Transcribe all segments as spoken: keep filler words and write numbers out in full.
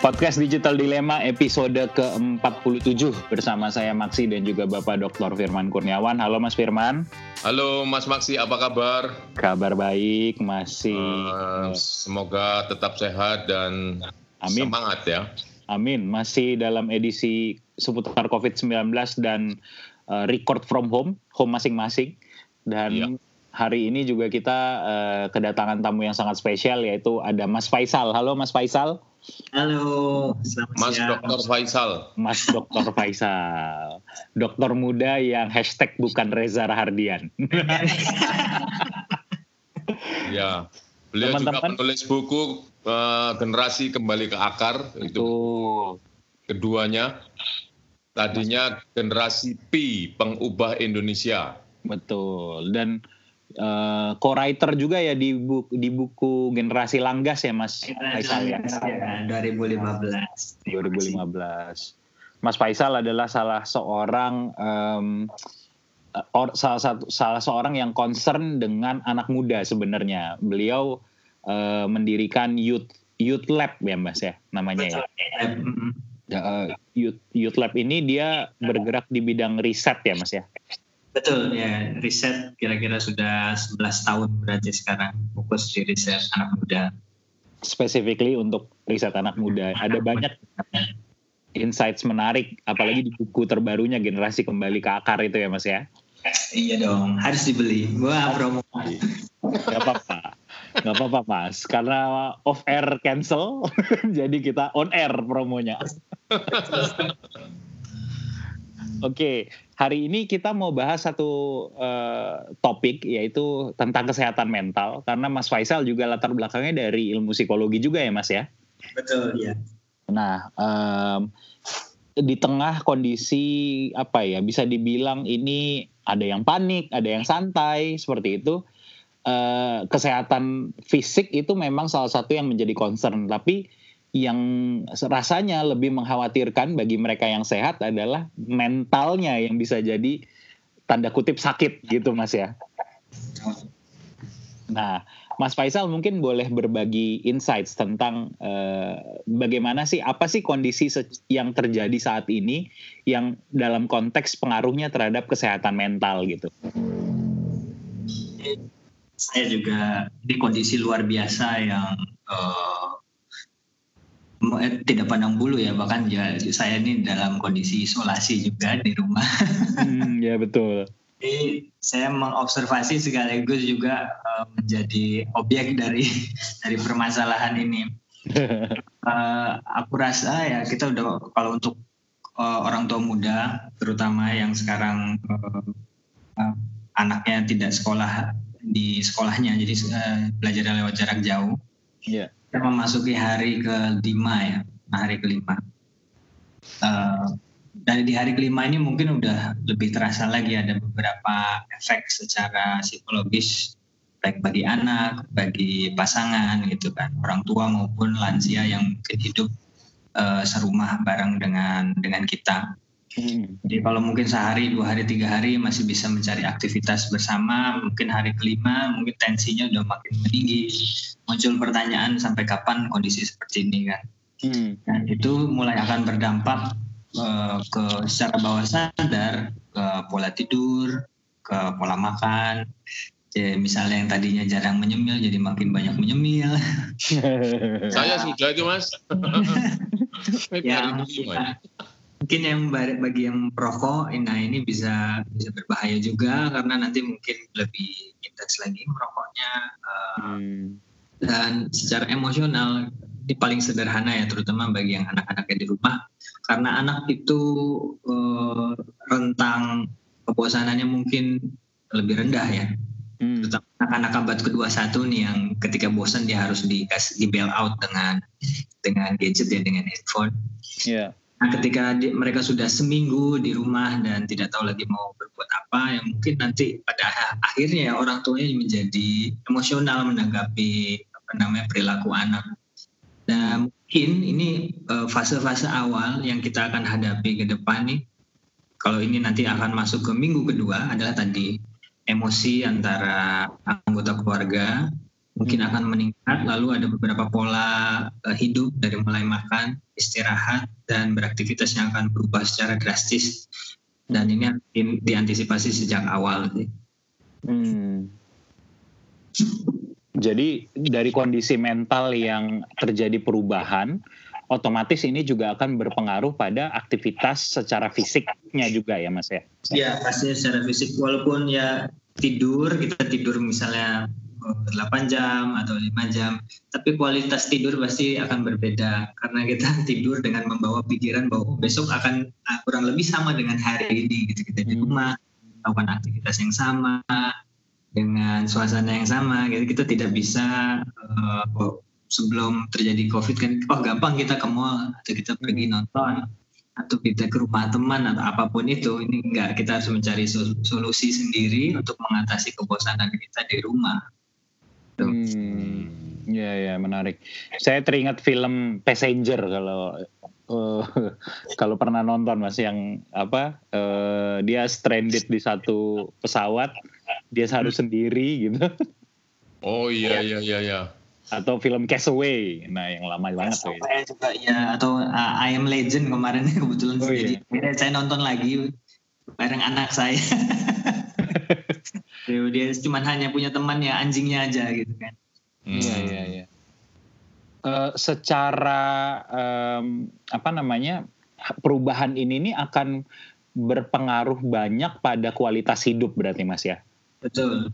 Podcast Digital Dilema episode ke empat puluh tujuh bersama saya Maksi dan juga Bapak Doktor Firman Kurniawan. Halo Mas Firman. Halo Mas Maksi, apa kabar? Kabar baik, masih. Uh, semoga tetap sehat dan Amin. Semangat ya. Amin, masih dalam edisi seputar covid sembilan belas dan uh, record from home, home masing-masing. Dan iya. Hari ini juga kita uh, kedatangan tamu yang sangat spesial, yaitu ada Mas Faisal. Halo Mas Faisal. Halo, selamat Mas siang. Doktor Faisal. Mas Doktor Faisal. Dokter muda yang hashtag bukan Reza Rahardian. Ya, beliau Teman-teman, juga menulis buku uh, Generasi Kembali ke Akar. Itu, itu keduanya. Tadinya Generasi Pi, Pengubah Indonesia. Betul, dan Uh, co-writer juga ya di buku, di buku Generasi Langgas ya Mas Faisal ya. dua ribu lima belas dua ribu lima belas Mas Faisal adalah salah seorang um, or, salah satu salah seorang yang concern dengan anak muda sebenarnya. Beliau uh, mendirikan Youth Youth Lab ya Mas ya namanya. Betul. ya. Uh, Youth Youth Lab ini dia bergerak di bidang riset ya Mas ya. Betul ya, riset kira-kira sudah sebelas tahun berarti sekarang fokus di riset anak muda. Specifically untuk riset anak muda. Ada banyak insights menarik, apalagi di buku terbarunya Generasi Kembali ke Akar itu ya Mas ya. Iya dong, harus dibeli. Wah, promo. Gak apa-apa, gak apa-apa Mas. Karena off air cancel, jadi kita on air promonya. Oke, hari ini kita mau bahas satu uh, topik yaitu tentang kesehatan mental karena Mas Faisal juga latar belakangnya dari ilmu psikologi juga ya Mas ya. Betul ya. Nah, um, di tengah kondisi apa ya bisa dibilang ini ada yang panik, ada yang santai seperti itu. Uh, kesehatan fisik itu memang salah satu yang menjadi concern, tapi yang rasanya lebih mengkhawatirkan bagi mereka yang sehat adalah mentalnya yang bisa jadi tanda kutip sakit gitu Mas ya. Nah, Mas Faisal mungkin boleh berbagi insights tentang eh, bagaimana sih, apa sih kondisi yang terjadi saat ini yang dalam konteks pengaruhnya terhadap kesehatan mental gitu. Saya juga di kondisi luar biasa yang uh, tidak pandang bulu ya, bahkan ya saya ini dalam kondisi isolasi juga di rumah. Hmm, ya betul. Jadi saya mengobservasi sekaligus juga uh, menjadi objek dari dari permasalahan ini. uh, aku rasa ya kita udah kalau untuk uh, orang tua muda, terutama yang sekarang uh, uh, anaknya tidak sekolah di sekolahnya, jadi uh, belajar lewat jarak jauh. Iya. Yeah. Kita memasuki hari kelima ya, hari kelima. Uh, dari di hari kelima ini mungkin udah lebih terasa lagi ada beberapa efek secara psikologis, baik bagi anak, bagi pasangan gitu kan, orang tua maupun lansia yang mungkin hidup uh, serumah bareng dengan dengan kita. Hmm. Jadi kalau mungkin sehari, dua hari, tiga hari masih bisa mencari aktivitas bersama, mungkin hari kelima mungkin tensinya udah makin meninggi, muncul pertanyaan sampai kapan kondisi seperti ini kan. Hmm. Dan itu mulai akan berdampak uh, ke secara bawah sadar, ke pola tidur, ke pola makan. Jadi misalnya yang tadinya jarang menyemil jadi makin banyak menyemil. Saya sudah itu Mas. Ya, mungkin yang bagi yang perokok, nah ini bisa bisa berbahaya juga karena nanti mungkin lebih intens lagi merokoknya. Uh, hmm. Dan secara emosional ini paling sederhana ya, terutama bagi yang anak-anaknya di rumah, karena anak itu uh, rentang kebosanannya mungkin lebih rendah ya. Hmm. Terutama anak-anak abad kedua puluh satu nih yang ketika bosan dia harus dikasih di bail out dengan dengan gadget ya, dengan handphone. Yeah. Nah, ketika di, mereka sudah seminggu di rumah dan tidak tahu lagi mau berbuat apa, yang mungkin nanti pada akhirnya ya orang tuanya menjadi emosional menanggapi apa namanya perilaku anak. Dan mungkin ini uh, fase-fase awal yang kita akan hadapi ke depan nih. Kalau ini nanti akan masuk ke minggu kedua adalah tadi emosi antara anggota keluarga mungkin akan meningkat. Lalu ada beberapa pola uh, hidup dari mulai makan, istirahat, dan beraktivitas yang akan berubah secara drastis. Dan ini di, diantisipasi sejak awal. Hmm. Jadi dari kondisi mental yang terjadi perubahan, otomatis ini juga akan berpengaruh pada aktivitas secara fisiknya juga ya Mas ya? Ya pasti secara fisik, walaupun ya tidur, kita tidur misalnya delapan jam atau lima jam, tapi kualitas tidur pasti akan berbeda karena kita tidur dengan membawa pikiran bahwa oh, besok akan uh, kurang lebih sama dengan hari ini gitu. Kita di rumah melakukan aktivitas yang sama dengan suasana yang sama gitu. Kita tidak bisa uh, oh, sebelum terjadi COVID kan oh gampang kita ke mall atau kita pergi nonton atau kita ke rumah teman atau apapun itu. Ini enggak, kita harus mencari solusi sendiri untuk mengatasi kebosanan kita di rumah. Hmm, ya ya menarik. Saya teringat film Passenger kalau uh, kalau pernah nonton Mas yang apa uh, dia stranded di satu pesawat, dia harus sendiri gitu. Oh iya iya iya iya. Atau film Castaway, nah yang lama banget tuh. Castaway juga ya, atau uh, I Am Legend kemarin kebetulan oh, jadi iya. Saya nonton lagi bareng anak saya. Dia cuma hanya punya teman ya anjingnya aja gitu kan. Iya hmm. iya iya. Uh, secara um, apa namanya perubahan ini nih akan berpengaruh banyak pada kualitas hidup berarti Mas ya. Betul.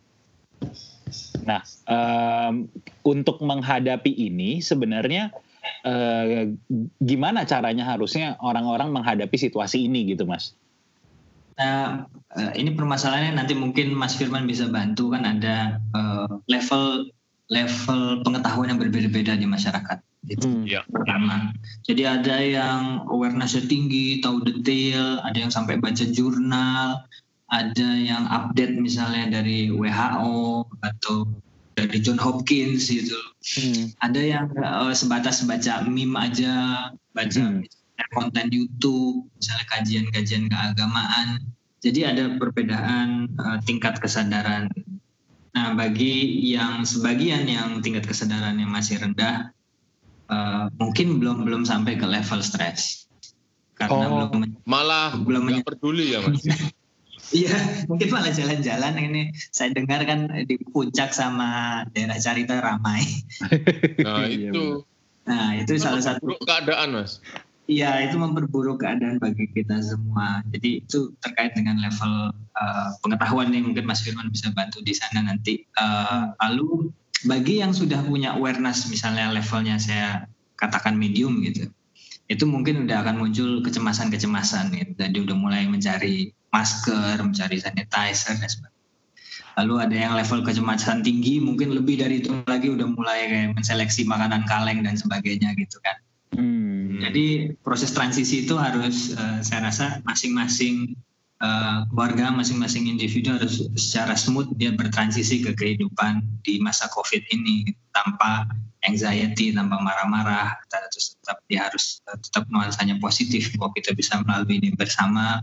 Nah um, untuk menghadapi ini sebenarnya uh, gimana caranya harusnya orang-orang menghadapi situasi ini gitu Mas? Nah, ini permasalahannya nanti mungkin Mas Firman bisa bantu kan ada uh, level level pengetahuan yang berbeda-beda di masyarakat. Gitu. Hmm, ya. Pertama, jadi ada yang awareness-nya tinggi, tahu detail, ada yang sampai baca jurnal, ada yang update misalnya dari W H O atau dari John Hopkins gitu. Hmm. Ada yang uh, sebatas baca meme aja, baca hmm. konten YouTube, misalnya kajian-kajian keagamaan. Jadi ada perbedaan uh, tingkat kesadaran. Nah, bagi yang sebagian yang tingkat kesadarannya masih rendah, uh, mungkin belum belum sampai ke level stres. Karena oh, belum malah belum nggak peduli ya Mas. Iya, mungkin malah jalan-jalan ini. Saya dengar kan di puncak sama daerah Carita ramai. Nah itu. Nah itu salah satu keadaan Mas. Iya, itu memperburuk keadaan bagi kita semua. Jadi itu terkait dengan level uh, pengetahuan yang mungkin Mas Firman bisa bantu di sana nanti. Uh, lalu bagi yang sudah punya awareness, misalnya levelnya saya katakan medium gitu, itu mungkin udah akan muncul kecemasan-kecemasan gitu. Jadi udah mulai mencari masker, mencari sanitizer dan sebagainya. Lalu ada yang level kecemasan tinggi, mungkin lebih dari itu lagi udah mulai kayak menseleksi makanan kaleng dan sebagainya gitu kan. Hmm. Jadi proses transisi itu harus uh, saya rasa masing-masing uh, keluarga, masing-masing individu harus secara smooth dia bertransisi ke kehidupan di masa COVID ini tanpa anxiety, tanpa marah-marah. Terus tetap dia harus uh, tetap nuansanya positif bahwa kita bisa melalui ini bersama.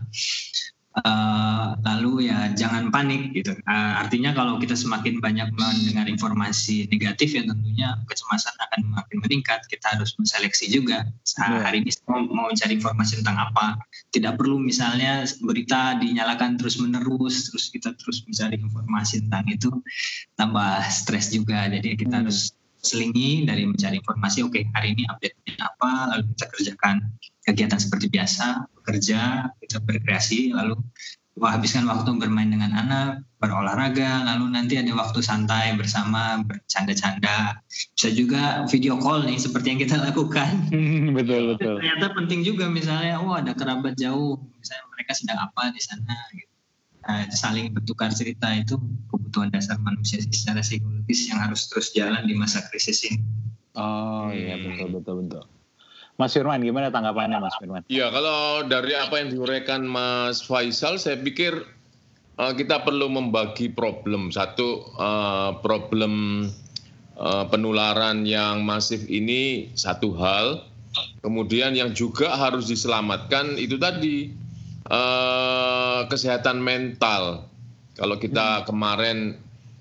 Uh, lalu ya jangan panik gitu. Uh, artinya kalau kita semakin banyak mendengar informasi negatif ya tentunya kecemasan akan makin meningkat. Kita harus menseleksi juga. Nah, hari ini mau, mau mencari informasi tentang apa. Tidak perlu misalnya berita dinyalakan terus menerus, terus kita terus mencari informasi tentang itu, tambah stres juga. Jadi kita hmm. harus selingi dari mencari informasi. Oke, okay, hari ini update-nya apa, lalu kita kerjakan kegiatan seperti biasa, bekerja, kita berkreasi, lalu habiskan waktu bermain dengan anak, berolahraga, lalu nanti ada waktu santai bersama, bercanda-canda. Bisa juga video call nih, seperti yang kita lakukan. Betul, betul. Ternyata penting juga misalnya, oh ada kerabat jauh, misalnya mereka sedang apa di sana. Gitu. Nah, saling bertukar cerita itu kebutuhan dasar manusia secara psikologis yang harus terus jalan di masa krisis ini. Oh iya, betul, betul, betul. Mas Firman, gimana tanggapannya Mas Firman? Iya, kalau dari apa yang diuraikan Mas Faisal, saya pikir uh, kita perlu membagi problem. Satu, uh, problem uh, penularan yang masif ini satu hal. Kemudian yang juga harus diselamatkan itu tadi, uh, kesehatan mental. Kalau kita hmm. kemarin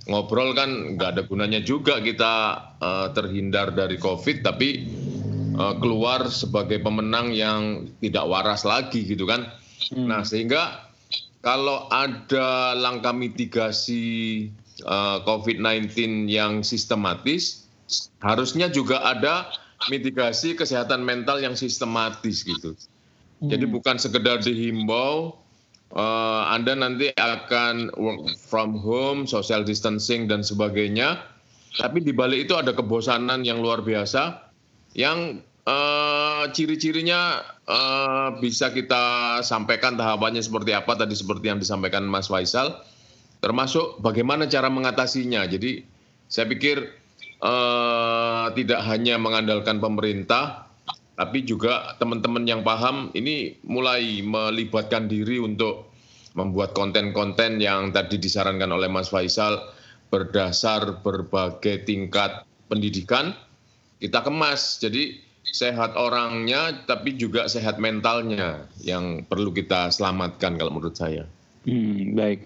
ngobrol kan nggak ada gunanya juga kita uh, terhindar dari COVID, tapi uh, keluar sebagai pemenang yang tidak waras lagi gitu kan. Hmm. Nah sehingga kalau ada langkah mitigasi uh, COVID sembilan belas yang sistematis, harusnya juga ada mitigasi kesehatan mental yang sistematis gitu. Hmm. Jadi bukan sekedar dihimbau, uh, Anda nanti akan work from home, social distancing dan sebagainya, tapi di balik itu ada kebosanan yang luar biasa, yang uh, ciri-cirinya uh, bisa kita sampaikan tahapannya seperti apa tadi seperti yang disampaikan Mas Faisal, termasuk bagaimana cara mengatasinya. Jadi saya pikir Uh, tidak hanya mengandalkan pemerintah, tapi juga teman-teman yang paham ini mulai melibatkan diri untuk membuat konten-konten yang tadi disarankan oleh Mas Faisal berdasar berbagai tingkat pendidikan, kita kemas. Jadi sehat orangnya, tapi juga sehat mentalnya yang perlu kita selamatkan kalau menurut saya. Hmm, baik.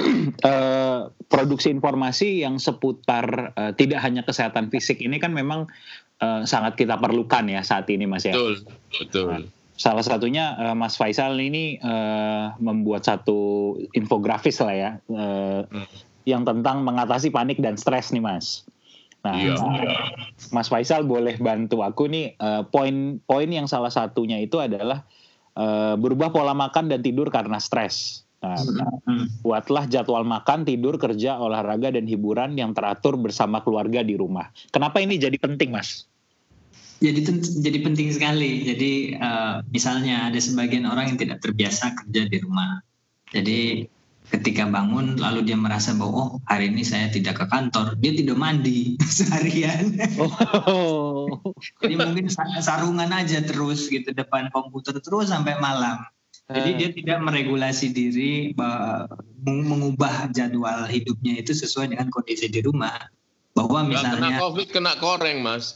Uh, produksi informasi yang seputar uh, tidak hanya kesehatan fisik ini kan memang uh, sangat kita perlukan ya saat ini Mas ya. Betul, betul. Nah, salah satunya uh, Mas Faisal ini uh, membuat satu infografis lah ya, uh, hmm. yang tentang mengatasi panik dan stres nih Mas. Nah, iya. Mas Faisal boleh bantu aku nih, uh, poin-poin yang salah satunya itu adalah uh, berubah pola makan dan tidur karena stres. Nah, hmm. buatlah jadwal makan, tidur, kerja, olahraga, dan hiburan yang teratur bersama keluarga di rumah. Kenapa ini jadi penting, Mas? Jadi jadi penting sekali. Jadi uh, misalnya ada sebagian orang yang tidak terbiasa kerja di rumah. Jadi ketika bangun lalu dia merasa bahwa oh hari ini saya tidak ke kantor, dia tidak mandi seharian. Oh. Jadi mungkin sarungan aja terus gitu depan komputer terus sampai malam. Jadi dia tidak meregulasi diri, mengubah jadwal hidupnya itu sesuai dengan kondisi di rumah. Bahwa misalnya kena COVID, kena koreng, Mas.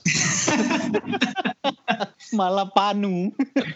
Malah panu.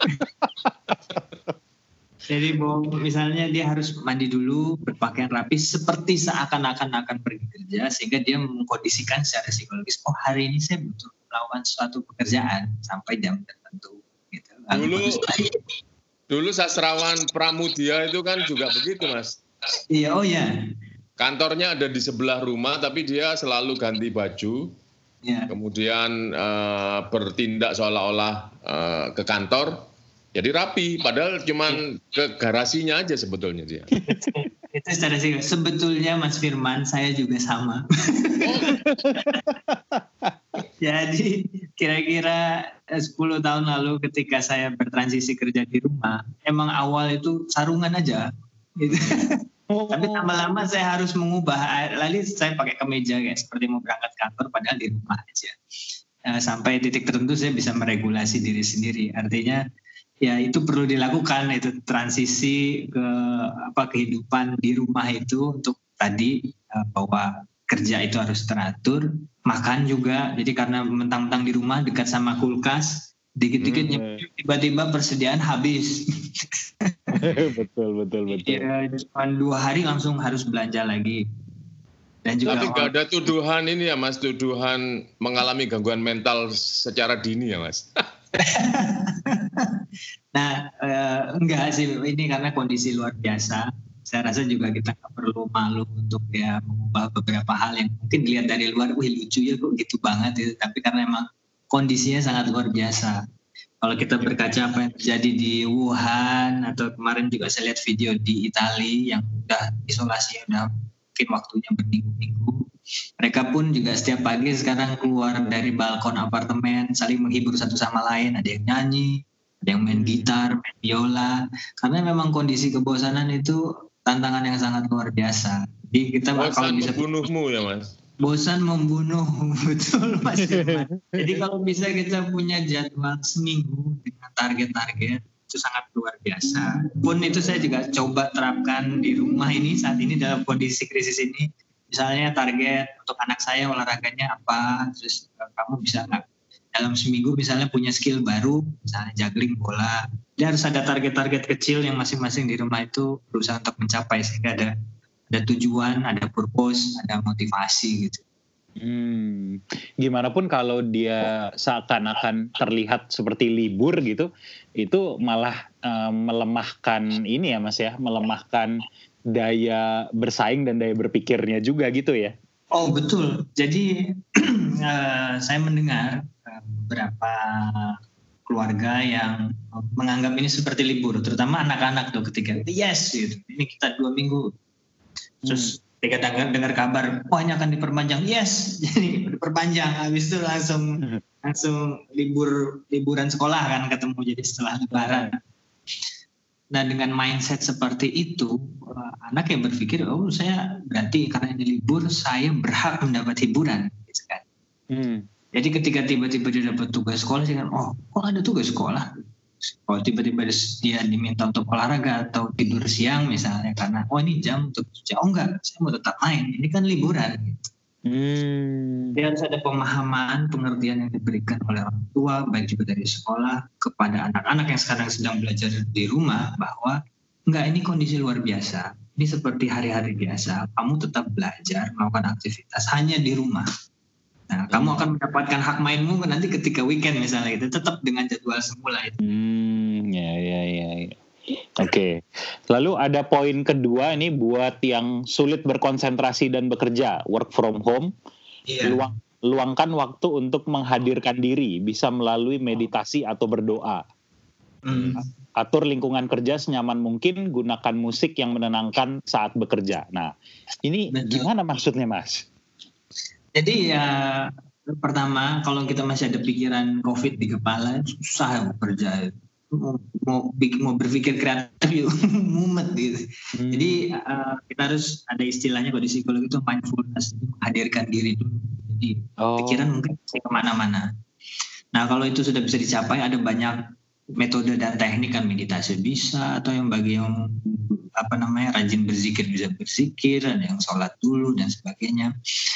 Jadi bahwa misalnya dia harus mandi dulu, berpakaian rapi, seperti seakan-akan akan pergi kerja, sehingga dia mengkondisikan secara psikologis, oh hari ini saya butuh melakukan suatu pekerjaan sampai jam tertentu. Gitu. Dulu, dulu sastrawan Pramudia itu kan juga begitu, Mas. Iya, oh ya. Kantornya ada di sebelah rumah, tapi dia selalu ganti baju, ya. Kemudian uh, bertindak seolah-olah uh, ke kantor, jadi rapi, padahal cuman ke garasinya aja sebetulnya dia. Itu secara sih, sebetulnya Mas Firman, saya juga sama. Oh. Jadi kira-kira sepuluh tahun lalu ketika saya bertransisi kerja di rumah, emang awal itu sarungan aja. Gitu. Oh. Tapi lama-lama saya harus mengubah, lalu saya pakai kemeja kayak seperti mau berangkat kantor padahal di rumah aja. Nah, sampai titik tertentu saya bisa meregulasi diri sendiri. Artinya ya itu perlu dilakukan, itu transisi ke apa kehidupan di rumah itu untuk tadi bahwa kerja itu harus teratur, makan juga. Jadi karena mentang-mentang di rumah dekat sama kulkas, dikit-dikit hmm. tiba-tiba persediaan habis. betul betul betul. Ya, cuma dua hari langsung harus belanja lagi. Dan juga tapi nggak ada tuduhan ini ya Mas, tuduhan mengalami gangguan mental secara dini ya Mas. Nah eh, enggak sih, ini karena kondisi luar biasa. Saya rasa juga kita nggak perlu malu untuk ya mengubah beberapa hal yang mungkin dilihat dari luar, wih lucu ya kok gitu banget itu. Tapi karena emang kondisinya sangat luar biasa. Kalau kita berkaca apa yang terjadi di Wuhan atau kemarin juga saya lihat video di Italia yang udah isolasi udah mungkin waktunya berminggu-minggu. Mereka pun juga setiap pagi sekarang keluar dari balkon apartemen saling menghibur satu sama lain. Ada yang nyanyi, ada yang main gitar, main biola. Karena memang kondisi kebosanan itu tantangan yang sangat luar biasa. Jadi kita bakal bisa membunuhmu ya Mas. Bosan membunuh, betul Mas Firman. Jadi kalau bisa kita punya jadwal seminggu dengan target-target itu sangat luar biasa. Pun itu saya juga coba terapkan di rumah ini saat ini dalam kondisi krisis ini. Misalnya target untuk anak saya olahraganya apa, terus kamu bisa nggak dalam seminggu misalnya punya skill baru, misalnya juggling bola. Dia harus ada target-target kecil yang masing-masing di rumah itu berusaha untuk mencapai sehingga ada ada tujuan, ada purpose, ada motivasi gitu. Hmm, gimana pun kalau dia seakan-akan terlihat seperti libur gitu, itu malah uh, melemahkan ini ya Mas ya, melemahkan daya bersaing dan daya berpikirnya juga gitu ya. Oh betul, jadi uh, saya mendengar uh, beberapa keluarga yang menganggap ini seperti libur, terutama anak-anak tuh ketika yes gitu, ini kita dua minggu, terus hmm. ketika dengar, dengar kabar, oh ini akan diperpanjang, yes, jadi diperpanjang, habis itu langsung langsung libur liburan sekolah kan ketemu jadi setelah lebaran. Nah dengan mindset seperti itu, anak yang berpikir, oh saya berarti karena ini libur, saya berhak mendapat hiburan, gitu kan. Hmm. Jadi ketika tiba-tiba dia dapat tugas sekolah, dia kan, oh kok ada tugas sekolah? Kalau tiba-tiba dia diminta untuk olahraga atau tidur siang misalnya, karena oh ini jam untuk kerja, oh enggak, saya mau tetap main, ini kan liburan. Gitu. Hmm. Dia harus ada pemahaman, pengertian yang diberikan oleh orang tua, baik juga dari sekolah, kepada anak-anak yang sekarang sedang belajar di rumah, bahwa enggak, ini kondisi luar biasa, ini seperti hari-hari biasa, kamu tetap belajar, melakukan aktivitas hanya di rumah. Nah, hmm. kamu akan mendapatkan hak mainmu nanti ketika weekend misalnya gitu, tetap dengan jadwal semula itu. Hmm, ya, ya, ya, ya. Oke. Okay. Lalu ada poin kedua ini buat yang sulit berkonsentrasi dan bekerja, work from home. Yeah. Luang, luangkan waktu untuk menghadirkan diri, bisa melalui meditasi atau berdoa. Hmm. Atur lingkungan kerja senyaman mungkin, gunakan musik yang menenangkan saat bekerja. Nah, ini Betul. Gimana maksudnya, Mas? Jadi ya pertama kalau kita masih ada pikiran COVID di kepala, susah bekerja. Mau, mau, mau berpikir kreatif yuk, mumet gitu. Hmm. Jadi uh, kita harus ada istilahnya kalau di psikologi itu mindfulness, menghadirkan diri dulu. Jadi oh. pikiran mungkin bisa kemana-mana. Nah kalau itu sudah bisa dicapai, ada banyak metode dan teknik, kan meditasi bisa, atau yang bagi yang apa namanya rajin berzikir bisa berzikir, ada yang sholat dulu dan sebagainya.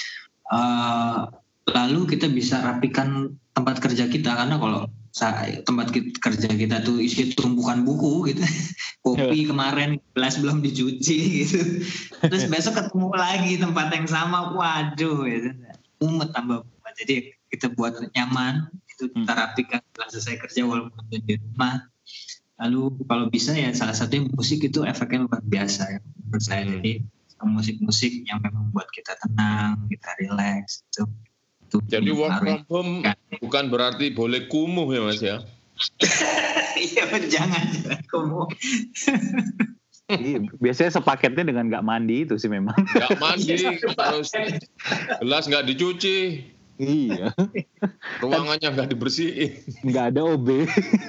Uh, lalu kita bisa rapikan tempat kerja kita, karena kalau tempat kerja kita tuh isi tumpukan buku gitu, kopi kemarin gelas belum dicuci gitu, terus besok ketemu lagi tempat yang sama, waduh gitu, mumet tambah mumet. Jadi kita buat nyaman, itu kita rapikan setelah selesai kerja walaupun di rumah. Lalu kalau bisa ya salah satunya musik, itu efeknya luar biasa ya menurut saya. Jadi musik-musik yang memang membuat kita tenang, kita relax itu. Jadi work from home bukan berarti boleh kumuh ya Mas ya? Iya, jangan jangan kumuh. Biasanya sepaketnya dengan nggak mandi itu sih memang. Nggak mandi, terus gelas nggak dicuci. Iya. Ruangannya nggak dibersihin. Nggak ada O B.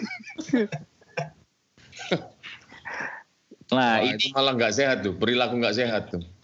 Nah, oh, itu malah nggak sehat tuh, perilaku nggak sehat tuh.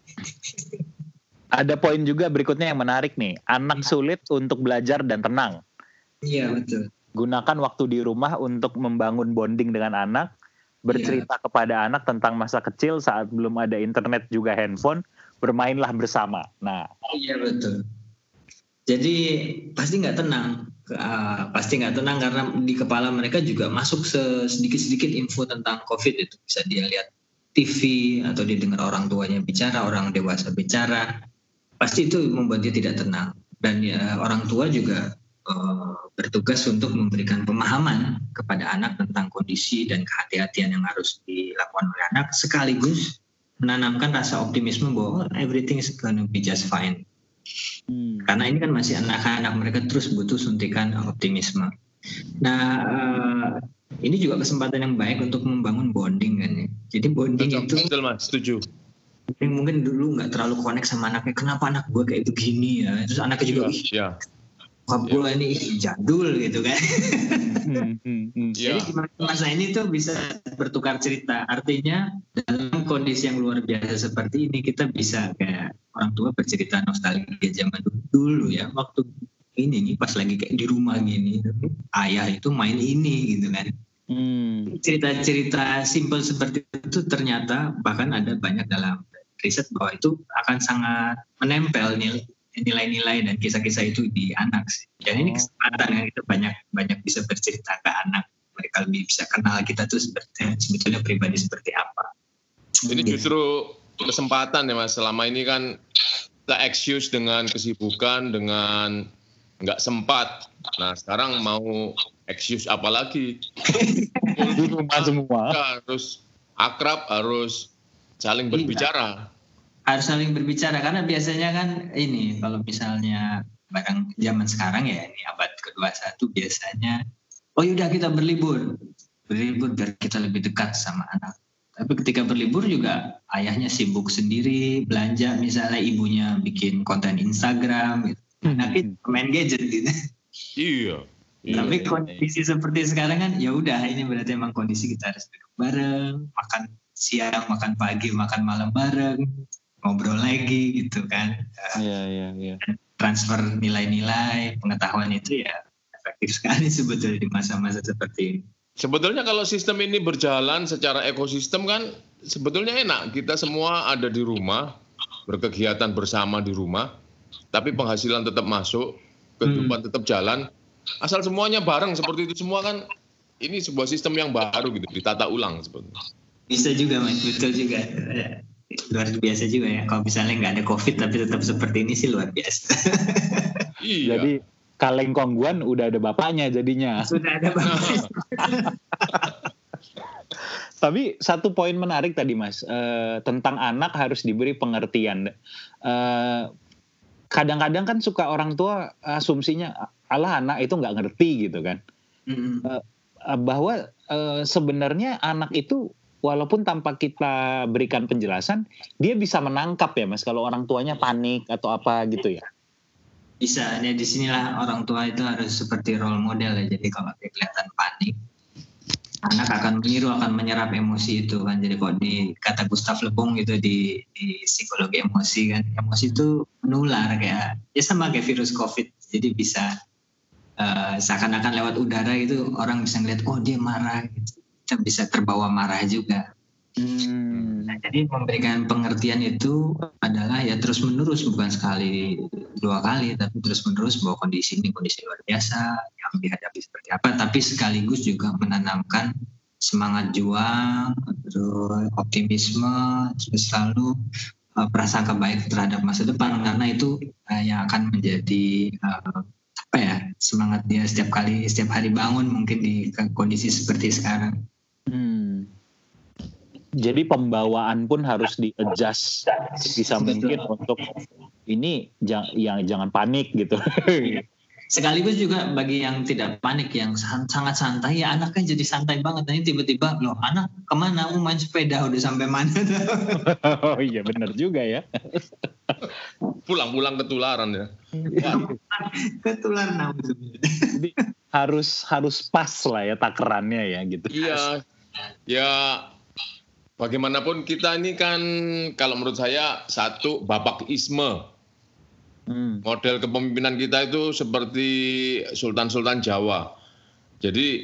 Ada poin juga berikutnya yang menarik nih, anak sulit untuk belajar dan tenang. Iya betul. Gunakan waktu di rumah untuk membangun bonding dengan anak, bercerita ya. Kepada anak tentang masa kecil saat belum ada internet juga handphone, bermainlah bersama. Nah, iya betul. Jadi pasti nggak tenang, uh, pasti nggak tenang karena di kepala mereka juga masuk sedikit-sedikit info tentang COVID itu. Bisa dia lihat T V atau dia dengar orang tuanya bicara, orang dewasa bicara. Pasti itu membuat dia tidak tenang. Dan ya, orang tua juga uh, bertugas untuk memberikan pemahaman kepada anak tentang kondisi dan kehati-hatian yang harus dilakukan oleh anak, sekaligus menanamkan rasa optimisme bahwa everything is gonna be just fine. Hmm. Karena ini kan masih anak-anak, mereka terus butuh suntikan optimisme. Nah, uh, ini juga kesempatan yang baik untuk membangun bonding kan ya. Jadi bonding betul, itu betul Mas, setuju. Mungkin dulu nggak terlalu connect sama anaknya, kenapa anak gue kayak begini ya, terus anaknya juga ih ya. Wah gue ya. Ini jadul gitu kan. hmm, hmm, hmm. Jadi ya. Masa ini tuh bisa bertukar cerita, artinya dalam kondisi yang luar biasa seperti ini kita bisa kayak orang tua bercerita nostalgia zaman dulu ya, waktu ini nih pas lagi kayak di rumah gini, ayah itu main ini gitu kan. Hmm. Cerita-cerita simpel seperti itu ternyata bahkan ada banyak dalam riset bahwa itu akan sangat menempel nih nilai-nilai dan kisah-kisah itu di anak sih. Dan ini kesempatan yang kita banyak banyak bisa bercerita ke anak, mereka lebih bisa kenal kita tuh seperti sebetulnya pribadi seperti apa. Ini justru kesempatan ya Mas. Selama ini kan kita excuse dengan kesibukan, dengan nggak sempat. Nah sekarang mau excuse apa lagi? Di rumah semua. Harus akrab, harus saling berbicara. Harus saling berbicara karena biasanya kan ini kalau misalnya barang zaman sekarang ya ini abad ke dua puluh satu biasanya oh yaudah kita berlibur. Berlibur biar kita lebih dekat sama anak. Tapi ketika berlibur juga ayahnya sibuk sendiri, belanja misalnya ibunya bikin konten Instagram gitu. Anaknya main gadget gitu. Iya. Tapi iya, kondisi iya. seperti sekarang kan ya udah ini berarti emang kondisi kita harus duduk bareng, makan siang, makan pagi, makan malam bareng, ngobrol lagi gitu kan. Iya, iya, iya. Transfer nilai-nilai, pengetahuan itu ya efektif sekali sebetulnya di masa-masa seperti ini. Sebetulnya kalau sistem ini berjalan secara ekosistem kan sebetulnya enak. Kita semua ada di rumah, berkegiatan bersama di rumah, tapi penghasilan tetap masuk, kehidupan hmm. tetap jalan. Asal semuanya bareng seperti itu semua kan ini sebuah sistem yang baru gitu, ditata ulang sebetulnya. Bisa juga Mas, betul juga. Luar biasa juga ya. Kalau misalnya nggak ada COVID tapi tetap seperti ini sih luar biasa. Iya. Jadi kaleng kongguan udah ada bapaknya jadinya. Sudah ada bapaknya. Tapi satu poin menarik tadi Mas, eh, tentang anak harus diberi pengertian. Eh, kadang-kadang kan suka orang tua asumsinya, alah anak itu nggak ngerti gitu kan. Mm-hmm. Eh, bahwa eh, sebenarnya anak itu walaupun tanpa kita berikan penjelasan, dia bisa menangkap ya Mas kalau orang tuanya panik atau apa gitu ya. Bisa, ya disinilah orang tua itu harus seperti role model ya. Jadi kalau dia kelihatan panik, anak akan meniru, akan menyerap emosi itu kan. Jadi kalau di kata Gustav Le Bon gitu di, di psikologi emosi kan, emosi itu menular kayak ya sama kayak virus COVID. Jadi bisa uh, seakan-akan lewat udara itu orang bisa ngeliat oh dia marah gitu. Kita bisa terbawa marah juga. Hmm. Nah, jadi memberikan pengertian itu adalah ya terus menerus, bukan sekali dua kali tapi terus menerus bahwa kondisi ini kondisi luar biasa yang dihadapi seperti apa, tapi sekaligus juga menanamkan semangat juang, terus optimisme, terus selalu uh, prasangka baik terhadap masa depan karena itu uh, yang akan menjadi uh, apa ya semangat dia setiap kali setiap hari bangun mungkin di kondisi seperti sekarang. Hmm. Jadi pembawaan pun harus di-adjust bisa mungkin untuk ini jangan yang jangan panik gitu. Sekaligus juga bagi yang tidak panik, yang sangat santai, ya anaknya jadi santai banget. Nanti tiba-tiba, loh anak kemana? Mau main sepeda udah sampai mana? Oh iya benar juga ya. Pulang-pulang ketularan ya. Ketularan. Jadi harus harus pas lah ya takarannya ya gitu. Iya, ya. Bagaimanapun kita ini kan kalau menurut saya satu bapakisme. Hmm. Model kepemimpinan kita itu seperti Sultan-Sultan Jawa. Jadi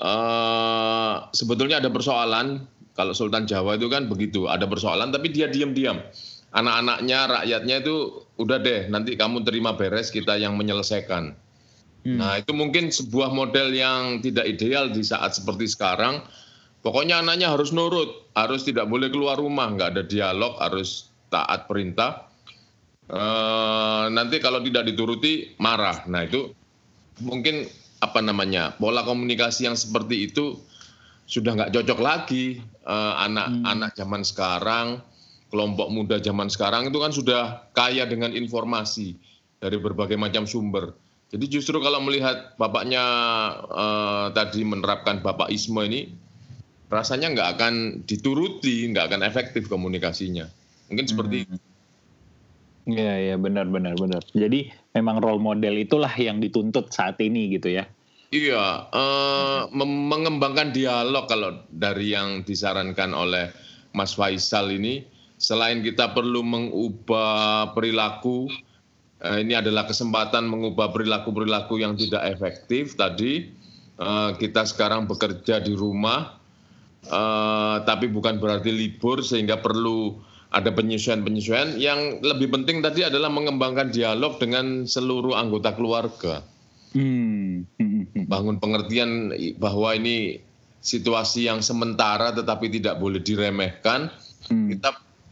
eh, sebetulnya ada persoalan. Kalau Sultan Jawa itu kan begitu, ada persoalan tapi dia diam-diam. Anak-anaknya, rakyatnya itu udah deh nanti kamu terima beres, kita yang menyelesaikan. Hmm. Nah itu mungkin sebuah model yang tidak ideal di saat seperti sekarang. Pokoknya anaknya harus nurut, harus tidak boleh keluar rumah, nggak ada dialog, harus taat perintah. E, nanti kalau tidak dituruti marah. Nah itu mungkin apa namanya pola komunikasi yang seperti itu sudah nggak cocok lagi. E, anak-anak hmm. zaman sekarang, kelompok muda zaman sekarang itu kan sudah kaya dengan informasi dari berbagai macam sumber. Jadi justru kalau melihat bapaknya e, tadi menerapkan bapakisme ini, rasanya nggak akan dituruti, nggak akan efektif komunikasinya. Mungkin seperti itu. Iya, ya benar, benar, benar. Jadi memang role model itulah yang dituntut saat ini gitu ya. Iya, eh, mengembangkan dialog kalau dari yang disarankan oleh Mas Faisal ini, selain kita perlu mengubah perilaku, eh, ini adalah kesempatan mengubah perilaku-perilaku yang tidak efektif tadi. Eh, kita sekarang bekerja di rumah. Uh, tapi bukan berarti libur sehingga perlu ada penyesuaian-penyesuaian. Yang lebih penting tadi adalah mengembangkan dialog dengan seluruh anggota keluarga. Hmm. Bangun pengertian bahwa ini situasi yang sementara tetapi tidak boleh diremehkan. Hmm. Kita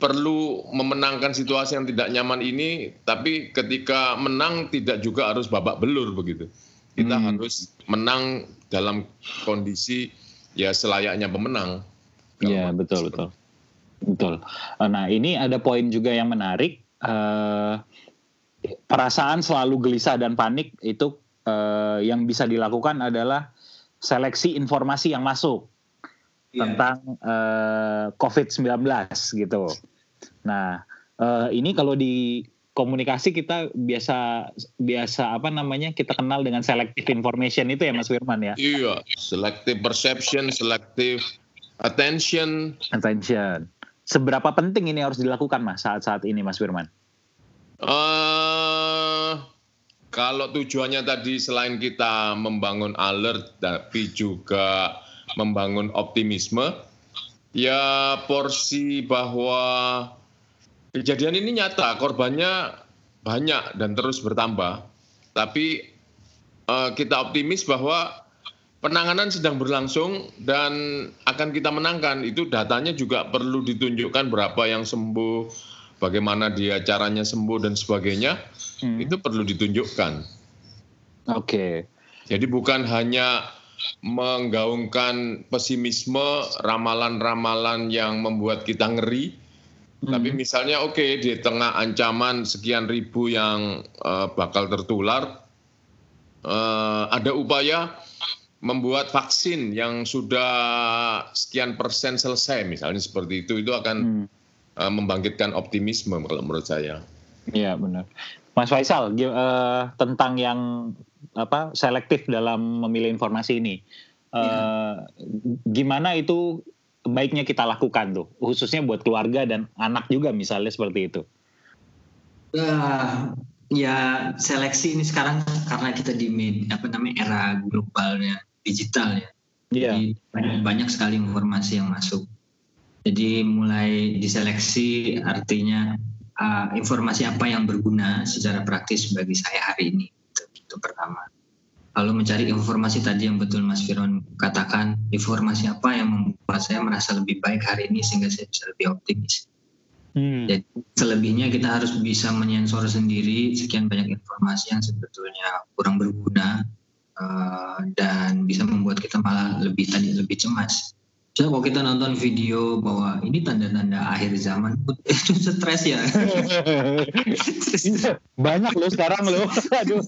perlu memenangkan situasi yang tidak nyaman ini, tapi ketika menang tidak juga harus babak belur begitu. Kita hmm. harus menang dalam kondisi ya selayaknya pemenang. Iya, betul, betul. Betul. Nah, ini ada poin juga yang menarik. Uh, perasaan selalu gelisah dan panik itu uh, yang bisa dilakukan adalah seleksi informasi yang masuk yeah. tentang uh, covid sembilan belas gitu. Nah, uh, ini kalau di komunikasi kita biasa biasa apa namanya kita kenal dengan selective information itu ya Mas Firman ya. Iya, selective perception, selective attention. Attention. Seberapa penting ini harus dilakukan Mas saat-saat ini Mas Firman? Uh, kalau tujuannya tadi selain kita membangun alert tapi juga membangun optimisme, ya porsi bahwa kejadian ini nyata, korbannya banyak dan terus bertambah. Tapi uh, kita optimis bahwa penanganan sedang berlangsung dan akan kita menangkan. Itu datanya juga perlu ditunjukkan berapa yang sembuh, bagaimana dia caranya sembuh dan sebagainya, hmm. itu perlu ditunjukkan. Oke. Okay. Jadi bukan hanya menggaungkan pesimisme, ramalan-ramalan yang membuat kita ngeri, hmm. tapi misalnya oke okay, di tengah ancaman sekian ribu yang uh, bakal tertular, uh, ada upaya membuat vaksin yang sudah sekian persen selesai, misalnya seperti itu, itu akan hmm. membangkitkan optimisme kalau menurut saya. Iya benar, Mas Faisal uh, tentang yang apa selektif dalam memilih informasi ini, uh, ya. Gimana itu baiknya kita lakukan tuh, khususnya buat keluarga dan anak juga misalnya seperti itu. Uh, ya seleksi ini sekarang karena kita di med, apa namanya era globalnya digital ya, ya. Jadi banyak, banyak sekali informasi yang masuk. Jadi mulai diseleksi artinya uh, informasi apa yang berguna secara praktis bagi saya hari ini. Itu, itu pertama. Lalu mencari informasi tadi yang betul Mas Firman katakan, informasi apa yang membuat saya merasa lebih baik hari ini sehingga saya bisa lebih optimis. Hmm. Jadi selebihnya kita harus bisa menyensor sendiri sekian banyak informasi yang sebetulnya kurang berguna uh, dan bisa membuat kita malah lebih tadi lebih cemas. Jadi kalau kita nonton video bahwa ini tanda-tanda akhir zaman, itu stres ya. Banyak loh sekarang loh. Aduh.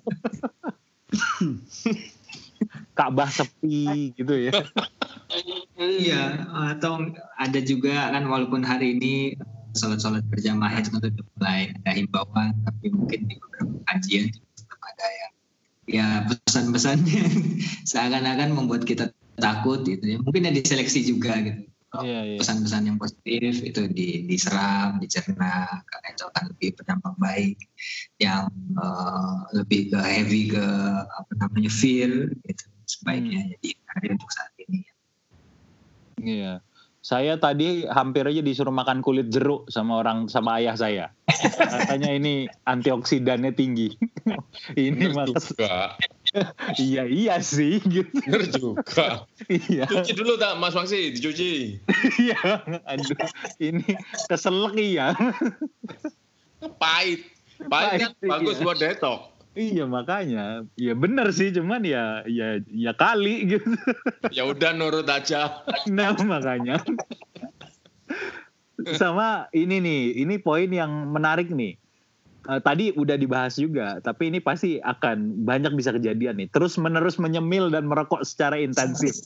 Ka'bah sepi gitu ya. Iya, atau ada juga kan walaupun hari ini sholat-sholat berjamaah itu kan sudah mulai ada himbauan, tapi mungkin di beberapa kajian tetap ada yang ya pesan-pesan yang seakan-akan membuat kita takut gitu ya, mungkin ada diseleksi juga gitu. Iya, iya. Pesan-pesan yang positif itu di, diserap, dicerna, karena itu akan lebih berdampak baik. Yang uh, lebih ke heavy ke apa namanya fear gitu sebaiknya hmm. jadi hari untuk saat ini. Iya, saya tadi hampir aja disuruh makan kulit jeruk sama orang sama ayah saya. Katanya ini antioksidannya tinggi. Ini makas. Iya iya sih gitu. Bener juga. Iya. Cuci dulu tak Mas Maksi, dicuci. Iya, aduh. Ini keselak iya. Pahit. Pahit kan bagus buat detox. Iya makanya. Iya benar sih, cuman ya ya ya kali gitu. Ya udah nurut aja. Nah, makanya. Sama ini nih, ini poin yang menarik nih. Uh, tadi udah dibahas juga, tapi ini pasti akan banyak bisa kejadian nih. Terus menerus menyemil dan merokok secara intensif.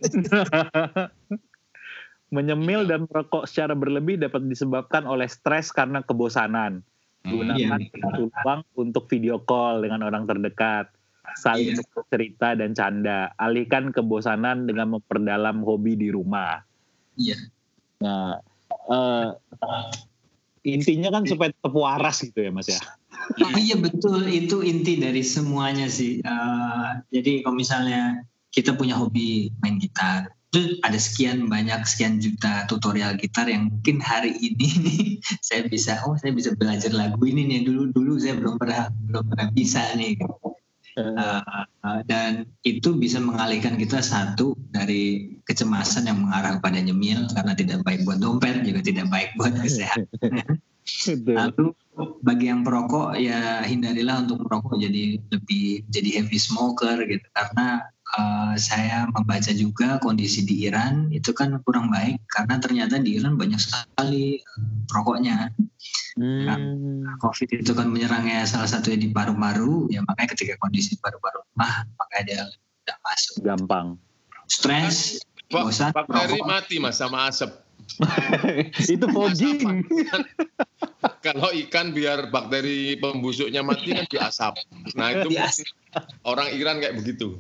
Menyemil dan merokok secara berlebih dapat disebabkan oleh stres karena kebosanan. Gunakan waktu luang untuk video call dengan orang terdekat, saling cerita dan canda. Alihkan kebosanan dengan memperdalam hobi di rumah. Iya. Nah, uh, intinya kan supaya tetap waras gitu ya Mas ya. Oh, iya betul, itu inti dari semuanya sih. Uh, jadi kalau misalnya kita punya hobi main gitar, itu ada sekian banyak sekian juta tutorial gitar yang mungkin hari ini nih, saya bisa oh saya bisa belajar lagu ini nih dulu dulu saya belum pernah belum pernah bisa nih. Uh, uh, dan itu bisa mengalihkan kita satu dari kecemasan yang mengarah kepada nyemil karena tidak baik buat dompet, juga tidak baik buat kesehatan. Lalu bagi yang perokok ya hindarilah untuk merokok jadi lebih jadi heavy smoker gitu, karena uh, saya membaca juga kondisi di Iran itu kan kurang baik karena ternyata di Iran banyak sekali uh, perokoknya. Hmm. Nah, COVID itu kan menyerangnya salah satunya di paru-paru, ya makanya ketika kondisi paru-paru lemah makanya dia tidak masuk. Gampang. Stres, bosan, bakteri mati mas sama asap. Itu fogging. Kalau ikan biar bakteri pembusuknya mati kan diasap. Nah itu orang Iran kayak begitu.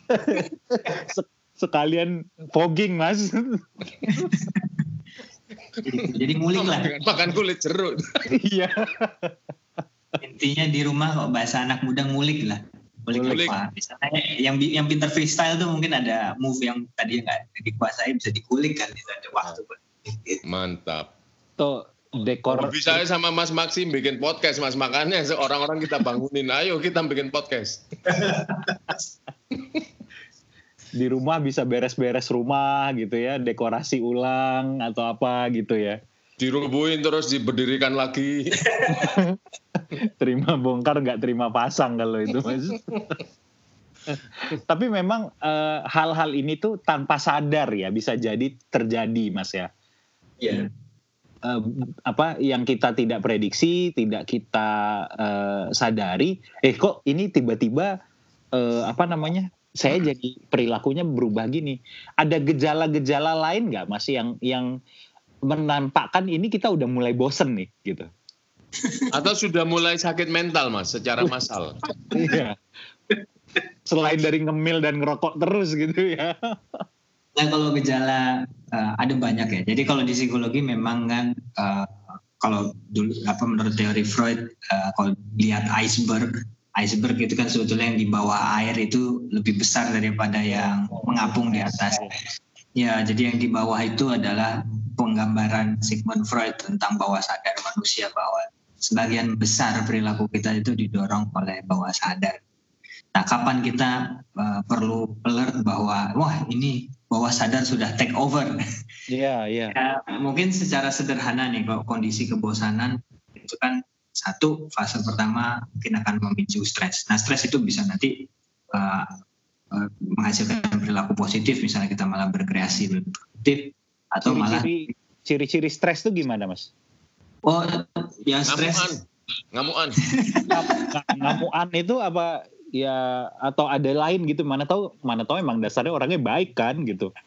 Sekalian fogging mas. jadi, jadi ngulik lah. Makan kulit jeruk. Iya. Intinya di rumah kok bahasa anak muda ngulik lah. Ngulik apa? Misalnya yang yang pintar freestyle tuh mungkin ada move yang tadi nggak dikuasai bisa dikulik kan, bisa ada waktu. Mantap. Tuh dekor. Oh, bisa sama Mas Maxim bikin podcast mas, makanya orang-orang kita bangunin, ayo kita bikin podcast. Di rumah bisa beres-beres rumah gitu ya, dekorasi ulang atau apa gitu ya. Dirubuhin terus diberdirikan lagi. Terima bongkar nggak terima pasang kalau itu mas. Tapi memang uh, hal-hal ini tuh tanpa sadar ya bisa jadi terjadi mas ya. Iya. Yeah. Uh, apa yang kita tidak prediksi, tidak kita uh, sadari, eh kok ini tiba-tiba uh, apa namanya? Saya jadi perilakunya berubah gini. Ada gejala-gejala lain nggak mas yang yang menampakkan ini kita udah mulai bosen nih gitu? Atau sudah mulai sakit mental mas secara massal? Iya. Selain dari ngemil dan ngerokok terus gitu ya. Nah kalau gejala uh, ada banyak ya. Jadi kalau di psikologi memang kan uh, kalau dulu apa menurut teori Freud uh, kalau lihat iceberg, iceberg itu kan sebetulnya yang di bawah air itu lebih besar daripada yang mengapung di atas. Ya jadi yang di bawah itu adalah penggambaran Sigmund Freud tentang bawah sadar manusia, bahwa sebagian besar perilaku kita itu didorong oleh bawah sadar. Nah, kapan kita uh, perlu alert bahwa wah ini bawah sadar sudah take over. Iya, yeah, iya. Yeah. Ya, mungkin secara sederhana nih kalau kondisi kebosanan itu kan satu fase pertama mungkin akan memicu stres. Nah, stres itu bisa nanti uh, uh, menghasilkan perilaku positif, misalnya kita malah berkreasi lebih produktif atau malah ciri-ciri stres itu gimana, Mas? Oh, ya stres. Ngamuan. Ngamuan itu apa? Ya atau ada lain gitu, mana tahu mana tahu emang dasarnya orangnya baik kan gitu.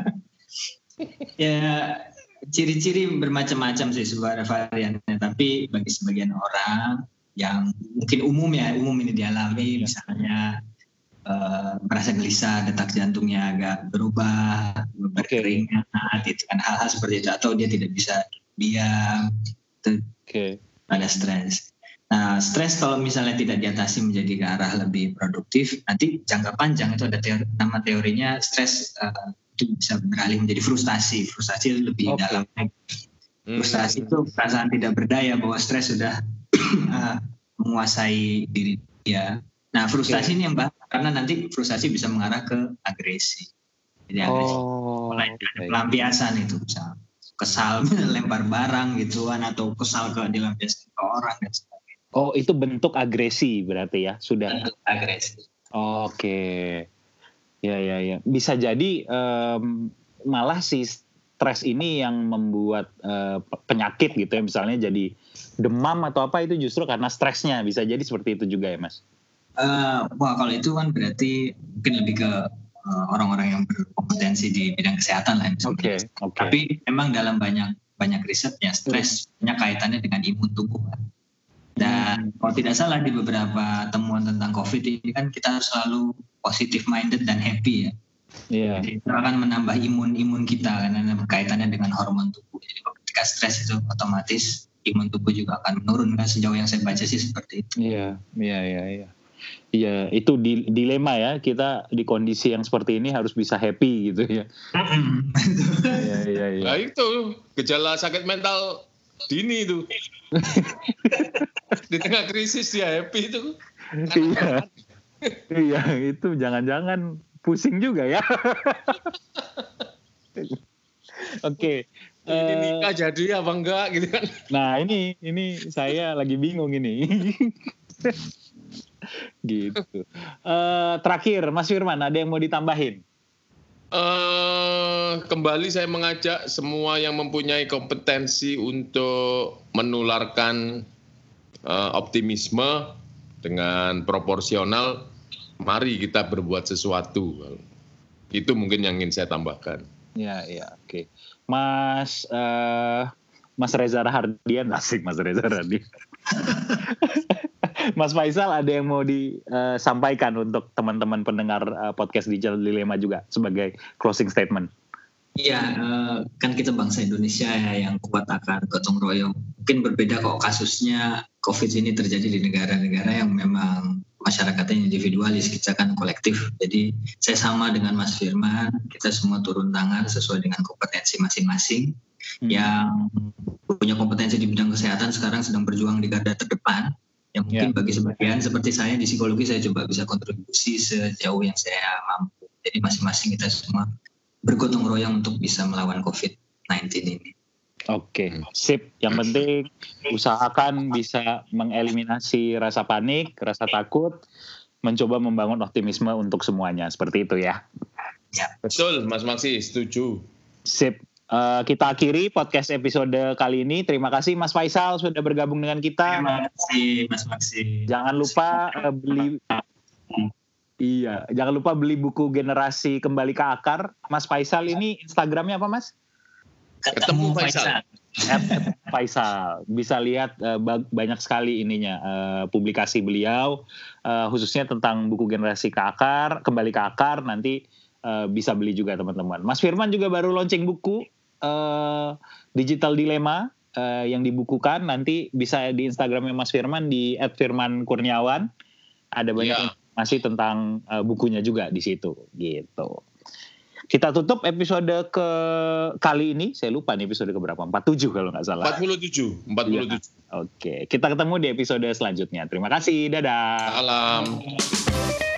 Ya ciri-ciri bermacam-macam sih sebuah variannya, tapi bagi sebagian orang yang mungkin umum ya umum ini dialami, misalnya uh, merasa gelisah, detak jantungnya agak berubah, berkeringat, itu kan hal-hal seperti itu, atau dia tidak bisa diam, itu okay. Ada stres. Nah, stres kalau misalnya tidak diatasi menjadi ke arah lebih produktif, nanti jangka panjang itu ada teori, nama teorinya stres uh, itu bisa beralih menjadi frustasi. Frustasi lebih okay. dalam. Frustasi hmm. itu perasaan tidak berdaya bahwa stres sudah uh, menguasai diri dia. Nah, frustasi okay. ini yang bahaya karena nanti frustasi bisa mengarah ke agresi. Jadi agresi oh, mulai okay. ada pelampiasan itu, misalnya kesal lempar barang gituan atau kesal ke dilampiaskan ke orang dan sebagainya. Oh, itu bentuk agresi berarti ya, sudah. Bentuk agresi. Oke, okay. ya ya ya. Bisa jadi um, malah si stres ini yang membuat uh, penyakit gitu ya, misalnya jadi demam atau apa, itu justru karena stresnya, bisa jadi seperti itu juga ya, Mas? Uh, wah, kalau itu kan berarti mungkin lebih ke uh, orang-orang yang berkompetensi di bidang kesehatan lah. Oke. Okay, okay. Tapi memang dalam banyak banyak risetnya stres punya kaitannya dengan imun tubuh kan. Dan kalau tidak salah di beberapa temuan tentang COVID ini kan kita harus selalu positive minded dan happy ya. Yeah. Jadi itu akan menambah imun-imun kita karena berkaitannya dengan hormon tubuh. Jadi ketika stres itu otomatis imun tubuh juga akan menurun kan, sejauh yang saya baca sih seperti itu. Iya, iya, iya, iya. Iya, itu dilema ya, kita di kondisi yang seperti ini harus bisa happy gitu ya. Iya, iya, iya. Nah itu gejala sakit mental dini itu. Di tengah krisis dia happy itu. Iya. Iya, itu jangan-jangan pusing juga ya. Oke. Okay. Ini nikah uh, jadi apa enggak gitu kan. Nah ini ini saya lagi bingung ini. Gitu. Uh, terakhir Mas Firman, ada yang mau ditambahin? Uh, kembali saya mengajak semua yang mempunyai kompetensi untuk menularkan uh, optimisme dengan proporsional, mari kita berbuat sesuatu. Itu mungkin yang ingin saya tambahkan. Ya, ya, oke. Okay. Mas uh, Mas Reza Rahardian, asik Mas Reza Rahardian. Mas Faisal, ada yang mau disampaikan uh, untuk teman-teman pendengar uh, podcast Digital Dilema juga sebagai closing statement? Iya, uh, kan kita bangsa Indonesia ya yang kuat akan gotong royong. Mungkin berbeda kok kasusnya COVID ini terjadi di negara-negara yang memang masyarakatnya individualis, kita kan kolektif. Jadi saya sama dengan Mas Firman, kita semua turun tangan sesuai dengan kompetensi masing-masing. Hmm. Yang punya kompetensi di bidang kesehatan sekarang sedang berjuang di garda terdepan. Yang mungkin yeah. bagi sebagian seperti saya di psikologi, saya coba bisa kontribusi sejauh yang saya mampu. Jadi masing-masing kita semua bergotong royong untuk bisa melawan covid sembilan belas ini. Oke, sip. Yang penting usahakan bisa mengeliminasi rasa panik, rasa takut, mencoba membangun optimisme untuk semuanya. Seperti itu ya. Ya. Betul, Mas Maksi, setuju. Sip. Uh, kita akhiri podcast episode kali ini. Terima kasih Mas Faisal sudah bergabung dengan kita. Terima kasih Mas Maksi. Jangan lupa uh, beli... Iya, jangan lupa beli buku Generasi Kembali ke Akar. Mas Faisal ini Instagramnya apa Mas? Ketemu Faisal. Faisal. Bisa lihat uh, banyak sekali ininya uh, publikasi beliau uh, khususnya tentang buku Generasi ke Akar, Kembali ke Akar. Nanti uh, bisa beli juga teman-teman. Mas Firman juga baru launching buku uh, Digital Dilema uh, yang dibukukan. Nanti bisa di Instagramnya Mas Firman di et firman kurniawan. Ada banyak yeah. informasi tentang uh, bukunya juga di situ gitu. Kita tutup episode ke kali ini. Saya lupa nih episode keberapa. empat puluh tujuh kalau nggak salah. empat puluh tujuh. empat puluh tujuh. Ya. Oke. Kita ketemu di episode selanjutnya. Terima kasih. Dadah. Salam.